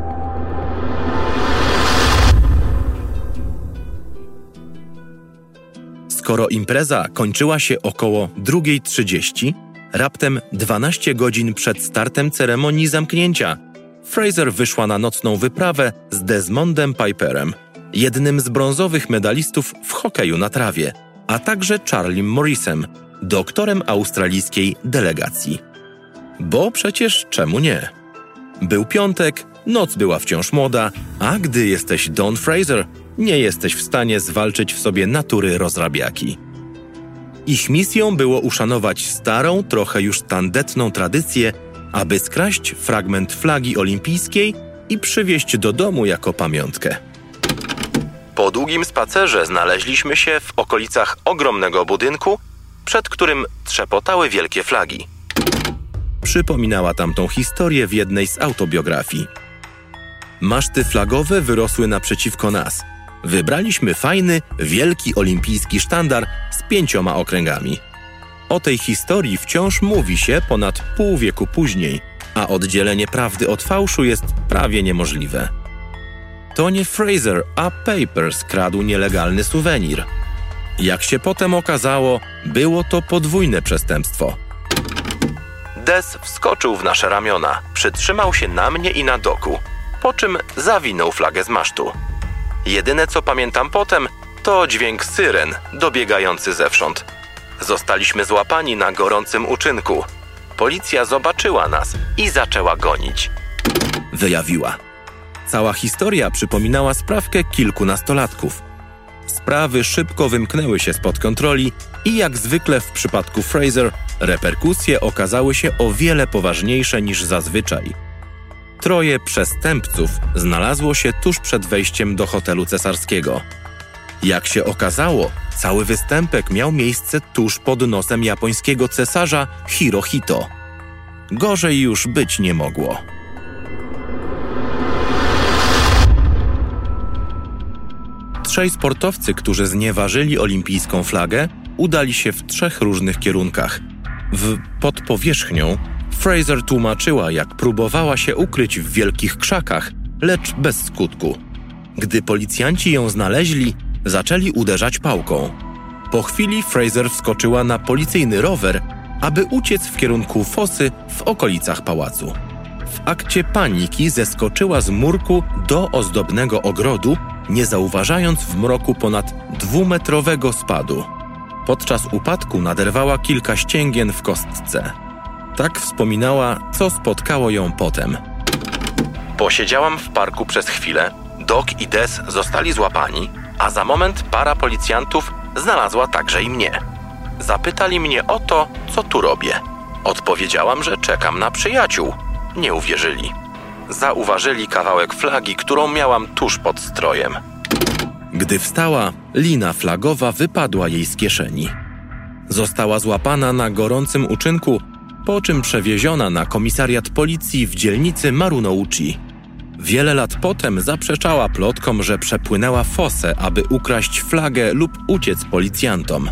Skoro impreza kończyła się około drugiej trzydzieści, raptem dwanaście godzin przed startem ceremonii zamknięcia, Fraser wyszła na nocną wyprawę z Desmondem Piperem, jednym z brązowych medalistów w hokeju na trawie, a także Charliem Morrisem, doktorem australijskiej delegacji. Bo przecież czemu nie? Był piątek, noc była wciąż młoda, a gdy jesteś Dawn Fraser, nie jesteś w stanie zwalczyć w sobie natury rozrabiaki. Ich misją było uszanować starą, trochę już tandetną tradycję, aby skraść fragment flagi olimpijskiej i przywieźć do domu jako pamiątkę. Po długim spacerze znaleźliśmy się w okolicach ogromnego budynku, przed którym trzepotały wielkie flagi. Przypominała tamtą historię w jednej z autobiografii. Maszty flagowe wyrosły naprzeciwko nas. Wybraliśmy fajny, wielki olimpijski sztandar z pięcioma okręgami. O tej historii wciąż mówi się ponad pół wieku później, a oddzielenie prawdy od fałszu jest prawie niemożliwe. To nie Fraser, a Piper skradł nielegalny suwenir. Jak się potem okazało, było to podwójne przestępstwo. Des wskoczył w nasze ramiona, przytrzymał się na mnie i na doku, po czym zawinął flagę z masztu. Jedyne co pamiętam potem, to dźwięk syren dobiegający zewsząd. Zostaliśmy złapani na gorącym uczynku. Policja zobaczyła nas i zaczęła gonić. Wyjawiła. Cała historia przypominała sprawkę kilku nastolatków. Sprawy szybko wymknęły się spod kontroli i jak zwykle w przypadku Fraser, reperkusje okazały się o wiele poważniejsze niż zazwyczaj. Troje przestępców znalazło się tuż przed wejściem do hotelu cesarskiego. Jak się okazało, cały występek miał miejsce tuż pod nosem japońskiego cesarza Hirohito. Gorzej już być nie mogło. Trzej sportowcy, którzy znieważyli olimpijską flagę, udali się w trzech różnych kierunkach. W pod powierzchnią Fraser tłumaczyła, jak próbowała się ukryć w wielkich krzakach, lecz bez skutku. Gdy policjanci ją znaleźli, zaczęli uderzać pałką. Po chwili Fraser wskoczyła na policyjny rower, aby uciec w kierunku fosy w okolicach pałacu. W akcie paniki zeskoczyła z murku do ozdobnego ogrodu, nie zauważając w mroku ponad dwumetrowego spadu. Podczas upadku naderwała kilka ścięgien w kostce. Tak wspominała, co spotkało ją potem. Posiedziałam w parku przez chwilę, Doc i Des zostali złapani, a za moment para policjantów znalazła także i mnie. Zapytali mnie o to, co tu robię. Odpowiedziałam, że czekam na przyjaciół. Nie uwierzyli. Zauważyli kawałek flagi, którą miałam tuż pod strojem. Gdy wstała, lina flagowa wypadła jej z kieszeni. Została złapana na gorącym uczynku, po czym przewieziona na komisariat policji w dzielnicy Marunouchi. Wiele lat potem zaprzeczała plotkom, że przepłynęła fosę, aby ukraść flagę lub uciec policjantom.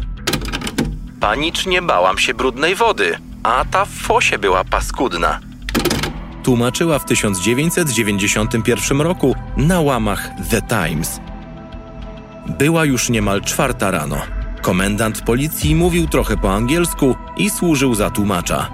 Panicznie bałam się brudnej wody, a ta w fosie była paskudna. Tłumaczyła w tysiąc dziewięćset dziewięćdziesiątym pierwszym roku na łamach The Times. Była już niemal czwarta rano. Komendant policji mówił trochę po angielsku i służył za tłumacza.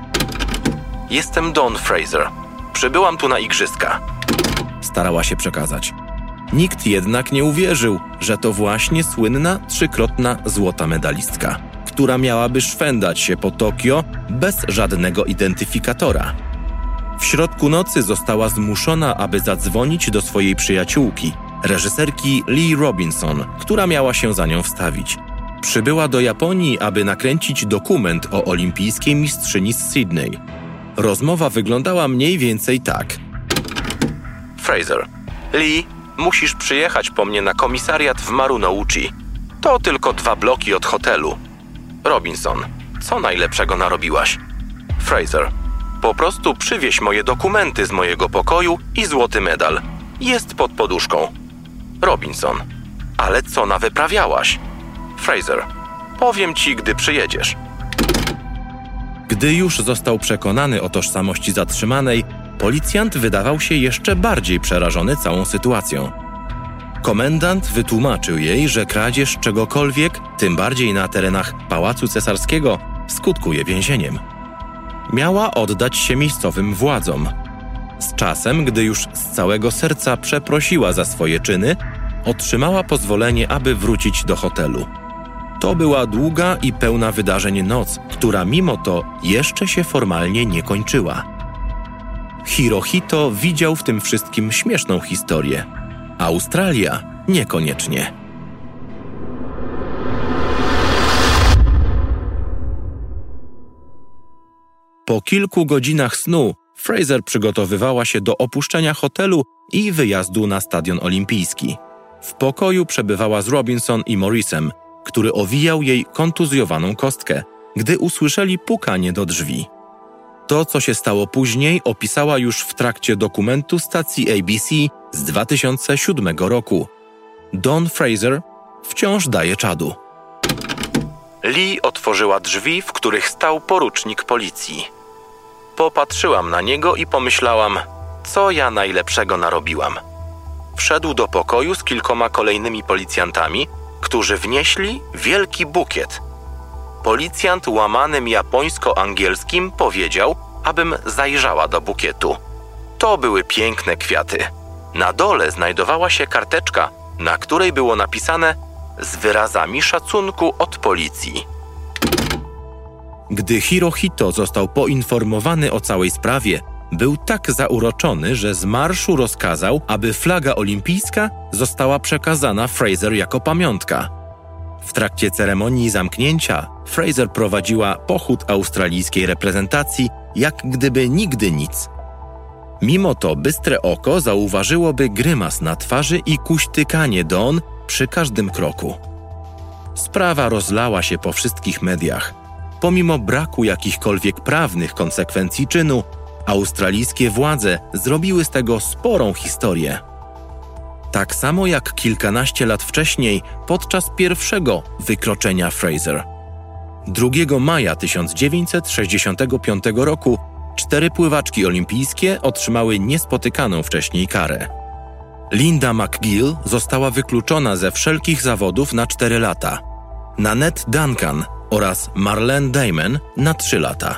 Jestem Dawn Fraser. Przybyłam tu na igrzyska. Starała się przekazać. Nikt jednak nie uwierzył, że to właśnie słynna trzykrotna złota medalistka, która miałaby szwendać się po Tokio bez żadnego identyfikatora. W środku nocy została zmuszona, aby zadzwonić do swojej przyjaciółki, reżyserki Lee Robinson, która miała się za nią wstawić. Przybyła do Japonii, aby nakręcić dokument o olimpijskiej mistrzyni z Sydney. Rozmowa wyglądała mniej więcej tak. Fraser, Lee, musisz przyjechać po mnie na komisariat w Marunouchi. To tylko dwa bloki od hotelu. Robinson, co najlepszego narobiłaś? Fraser, po prostu przywieź moje dokumenty z mojego pokoju i złoty medal. Jest pod poduszką. Robinson, ale co nawyprawiałaś? Fraser, powiem ci, gdy przyjedziesz. Gdy już został przekonany o tożsamości zatrzymanej, policjant wydawał się jeszcze bardziej przerażony całą sytuacją. Komendant wytłumaczył jej, że kradzież czegokolwiek, tym bardziej na terenach Pałacu Cesarskiego, skutkuje więzieniem. Miała oddać się miejscowym władzom. Z czasem, gdy już z całego serca przeprosiła za swoje czyny, otrzymała pozwolenie, aby wrócić do hotelu. To była długa i pełna wydarzeń noc, która mimo to jeszcze się formalnie nie kończyła. Hirohito widział w tym wszystkim śmieszną historię. Australia niekoniecznie. Po kilku godzinach snu Fraser przygotowywała się do opuszczenia hotelu i wyjazdu na stadion olimpijski. W pokoju przebywała z Robinson i Morrisem, który owijał jej kontuzjowaną kostkę, gdy usłyszeli pukanie do drzwi. To, co się stało później, opisała już w trakcie dokumentu stacji A B C z dwa tysiące siódmego roku. Dawn Fraser wciąż daje czadu. Lee otworzyła drzwi, w których stał porucznik policji. Popatrzyłam na niego i pomyślałam, co ja najlepszego narobiłam. Wszedł do pokoju z kilkoma kolejnymi policjantami, którzy wnieśli wielki bukiet. Policjant łamanym japońsko-angielskim powiedział, abym zajrzała do bukietu. To były piękne kwiaty. Na dole znajdowała się karteczka, na której było napisane z wyrazami szacunku od policji. Gdy Hirohito został poinformowany o całej sprawie, był tak zauroczony, że z marszu rozkazał, aby flaga olimpijska została przekazana Fraser jako pamiątka. W trakcie ceremonii zamknięcia Fraser prowadziła pochód australijskiej reprezentacji jak gdyby nigdy nic. Mimo to bystre oko zauważyłoby grymas na twarzy i kuśtykanie Dawn przy każdym kroku. Sprawa rozlała się po wszystkich mediach. Pomimo braku jakichkolwiek prawnych konsekwencji czynu, australijskie władze zrobiły z tego sporą historię. Tak samo jak kilkanaście lat wcześniej podczas pierwszego wykroczenia Fraser. drugiego maja tysiąc dziewięćset sześćdziesiątego piątego roku cztery pływaczki olimpijskie otrzymały niespotykaną wcześniej karę. Linda McGill została wykluczona ze wszelkich zawodów na cztery lata. Nanette Duncan oraz Marlene Damon na trzy lata.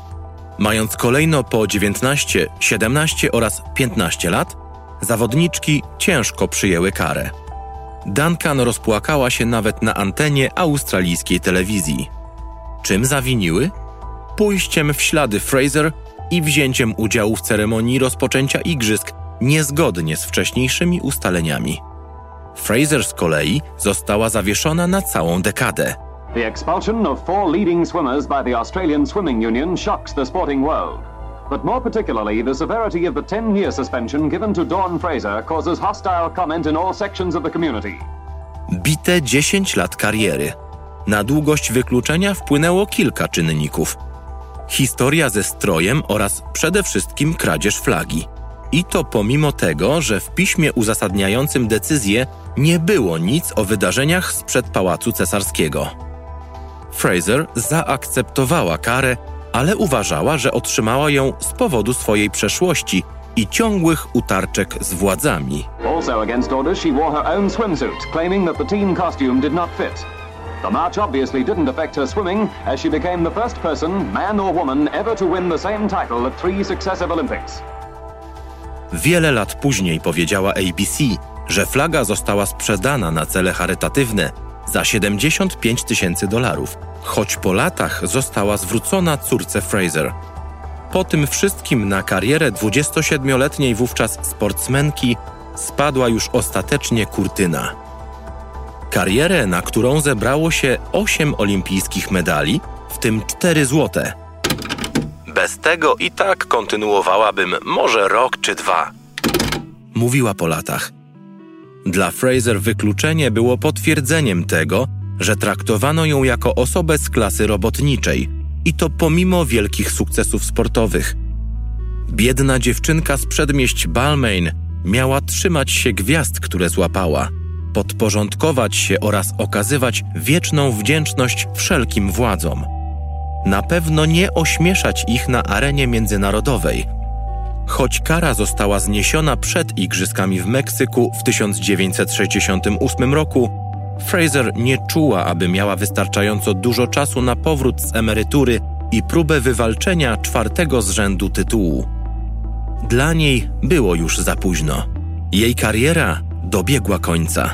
Mając kolejno po dziewiętnaście, siedemnaście oraz piętnaście lat, zawodniczki ciężko przyjęły karę. Duncan rozpłakała się nawet na antenie australijskiej telewizji. Czym zawiniły? Pójściem w ślady Fraser i wzięciem udziału w ceremonii rozpoczęcia igrzysk niezgodnie z wcześniejszymi ustaleniami. Fraser z kolei została zawieszona na całą dekadę. The expulsion of four leading swimmers by the Australian Swimming Union shocks the sporting world. But more particularly, the severity of the ten-year suspension given to Dawn Fraser causes hostile comment in all sections of the community. Bite dziesięć lat kariery. Na długość wykluczenia wpłynęło kilka czynników. Historia ze strojem oraz przede wszystkim kradzież flagi. I to pomimo tego, że w piśmie uzasadniającym decyzję nie było nic o wydarzeniach sprzed Pałacu Cesarskiego. Fraser zaakceptowała karę, ale uważała, że otrzymała ją z powodu swojej przeszłości i ciągłych utarczek z władzami. Also against orders, she wore her own swimsuit, claiming that the team costume did not fit. The march obviously didn't affect her swimming, as she became the first person, man or woman, ever to win the same title at three successive Olympics. Wiele lat później powiedziała A B C, że flaga została sprzedana na cele charytatywne za siedemdziesiąt pięć tysięcy dolarów, choć po latach została zwrócona córce Fraser. Po tym wszystkim na karierę dwudziestosiedmioletniej wówczas sportsmenki spadła już ostatecznie kurtyna. Karierę, na którą zebrało się osiem olimpijskich medali, w tym cztery złote. Bez tego i tak kontynuowałabym może rok czy dwa. Mówiła po latach. Dla Fraser wykluczenie było potwierdzeniem tego, że traktowano ją jako osobę z klasy robotniczej i to pomimo wielkich sukcesów sportowych. Biedna dziewczynka z przedmieść Balmain miała trzymać się gwiazd, które złapała, podporządkować się oraz okazywać wieczną wdzięczność wszelkim władzom. Na pewno nie ośmieszać ich na arenie międzynarodowej. Choć kara została zniesiona przed Igrzyskami w Meksyku w tysiąc dziewięćset sześćdziesiątym ósmym roku, Fraser nie czuła, aby miała wystarczająco dużo czasu na powrót z emerytury i próbę wywalczenia czwartego z rzędu tytułu. Dla niej było już za późno. Jej kariera dobiegła końca.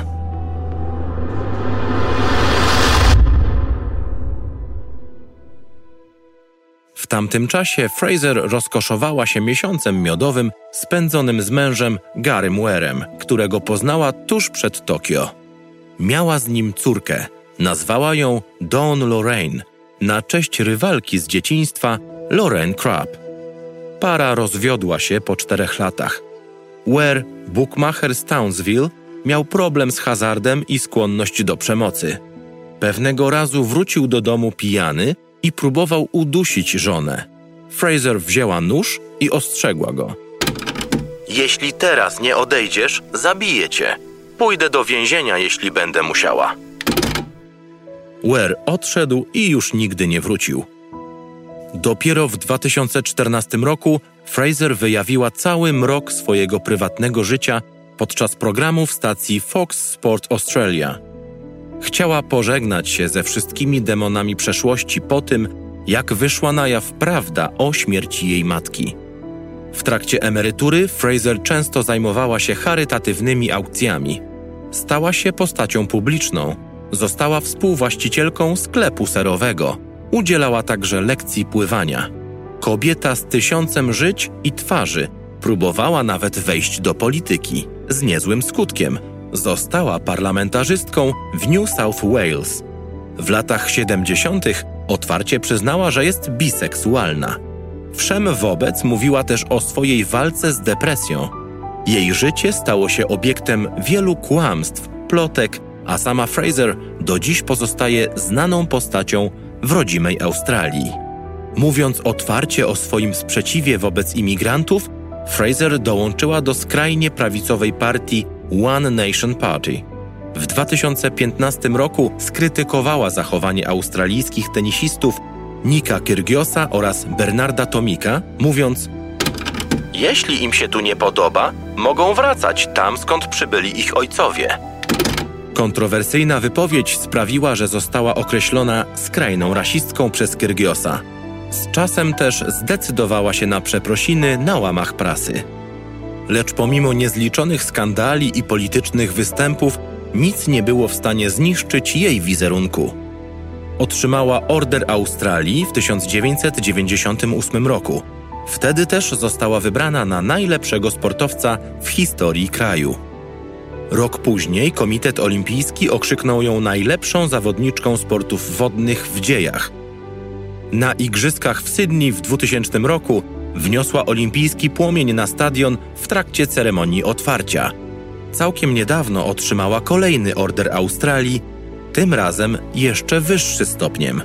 W tamtym czasie Fraser rozkoszowała się miesiącem miodowym spędzonym z mężem Garym Warem, którego poznała tuż przed Tokio. Miała z nim córkę. Nazwała ją Dawn Lorraine, na cześć rywalki z dzieciństwa Lorraine Crabb. Para rozwiodła się po czterech latach. Ware, bukmacher z Townsville, miał problem z hazardem i skłonność do przemocy. Pewnego razu wrócił do domu pijany i próbował udusić żonę. Fraser wzięła nóż i ostrzegła go. Jeśli teraz nie odejdziesz, zabiję cię. Pójdę do więzienia, jeśli będę musiała. Ware odszedł i już nigdy nie wrócił. Dopiero w dwa tysiące czternastym roku Fraser wyjawiła cały mrok swojego prywatnego życia podczas programu w stacji Fox Sport Australia. Chciała pożegnać się ze wszystkimi demonami przeszłości po tym, jak wyszła na jaw prawda o śmierci jej matki. W trakcie emerytury Fraser często zajmowała się charytatywnymi aukcjami. Stała się postacią publiczną. Została współwłaścicielką sklepu serowego. Udzielała także lekcji pływania. Kobieta z tysiącem żyć i twarzy. Próbowała nawet wejść do polityki. Z niezłym skutkiem. Została parlamentarzystką w New South Wales. W latach siedemdziesiątych otwarcie przyznała, że jest biseksualna. Wszem wobec mówiła też o swojej walce z depresją. Jej życie stało się obiektem wielu kłamstw, plotek, a sama Fraser do dziś pozostaje znaną postacią w rodzimej Australii. Mówiąc otwarcie o swoim sprzeciwie wobec imigrantów, Fraser dołączyła do skrajnie prawicowej partii One Nation Party. W dwa tysiące piętnastym roku skrytykowała zachowanie australijskich tenisistów Nika Kyrgiosa oraz Bernarda Tomika, mówiąc: jeśli im się tu nie podoba, mogą wracać tam, skąd przybyli ich ojcowie. Kontrowersyjna wypowiedź sprawiła, że została określona skrajną rasistką przez Kyrgiosa. Z czasem też zdecydowała się na przeprosiny na łamach prasy. Lecz pomimo niezliczonych skandali i politycznych występów, nic nie było w stanie zniszczyć jej wizerunku. Otrzymała Order Australii w tysiąc dziewięćset dziewięćdziesiątym ósmym roku. Wtedy też została wybrana na najlepszego sportowca w historii kraju. Rok później Komitet Olimpijski okrzyknął ją najlepszą zawodniczką sportów wodnych w dziejach. Na Igrzyskach w Sydney w dwutysięcznym roku wniosła olimpijski płomień na stadion w trakcie ceremonii otwarcia. Całkiem niedawno otrzymała kolejny Order Australii, tym razem jeszcze wyższy stopniem.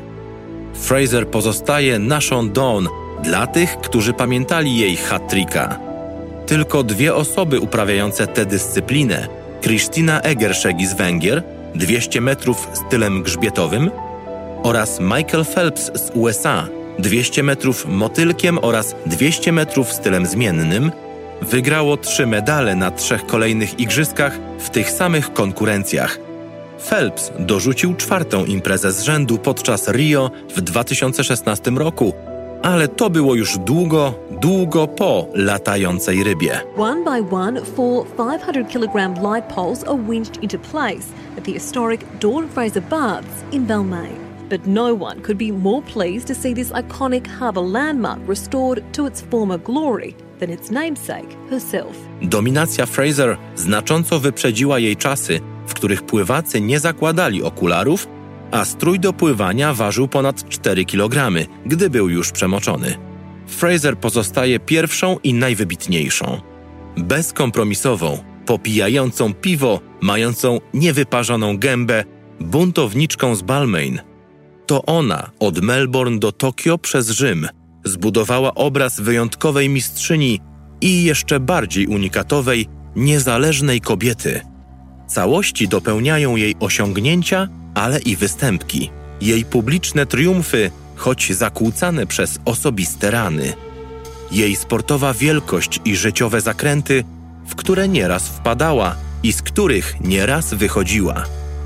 Fraser pozostaje naszą Dawn dla tych, którzy pamiętali jej hat-tricka. Tylko dwie osoby uprawiające tę dyscyplinę, Kristina Egerszegi z Węgier, dwieście metrów stylem grzbietowym, oraz Michael Phelps z U S A, dwieście metrów motylkiem oraz dwieście metrów stylem zmiennym, wygrało trzy medale na trzech kolejnych igrzyskach w tych samych konkurencjach. Phelps dorzucił czwartą imprezę z rzędu podczas Rio w dwa tysiące szesnastym roku, ale to było już długo, długo po latającej rybie. One by one, four five hundred kilogram light poles are winched into place at the historic Dawn Fraser Baths in Balmain. But no one could be more pleased to see this iconic harbour landmark restored to its former glory than its namesake herself. Dominacja Fraser znacząco wyprzedziła jej czasy, w których pływacy nie zakładali okularów, a strój do pływania ważył ponad cztery kilogramy, gdy był już przemoczony. Fraser pozostaje pierwszą i najwybitniejszą. Bezkompromisową, popijającą piwo, mającą niewyparzoną gębę, buntowniczką z Balmain. To ona od Melbourne do Tokio przez Rzym zbudowała obraz wyjątkowej mistrzyni i jeszcze bardziej unikatowej, niezależnej kobiety. Całości dopełniają jej osiągnięcia, ale i występki. Jej publiczne triumfy, choć zakłócane przez osobiste rany. Jej sportowa wielkość i życiowe zakręty, w które nieraz wpadała i z których nieraz wychodziła.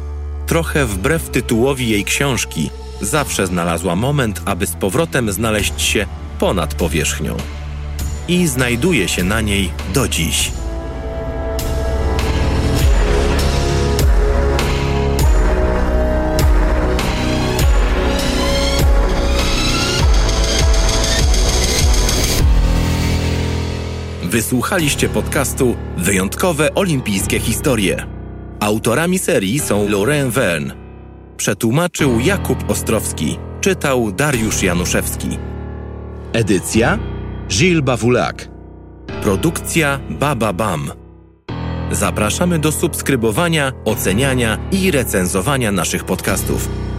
Trochę wbrew tytułowi jej książki, zawsze znalazła moment, aby z powrotem znaleźć się ponad powierzchnią. I znajduje się na niej do dziś. Wysłuchaliście podcastu Wyjątkowe Olimpijskie Historie. Autorami serii są Lauren Verne. Przetłumaczył Jakub Ostrowski. Czytał Dariusz Januszewski. Edycja Gilles Bavoulac. Produkcja Baba Bam. Zapraszamy do subskrybowania, oceniania i recenzowania naszych podcastów.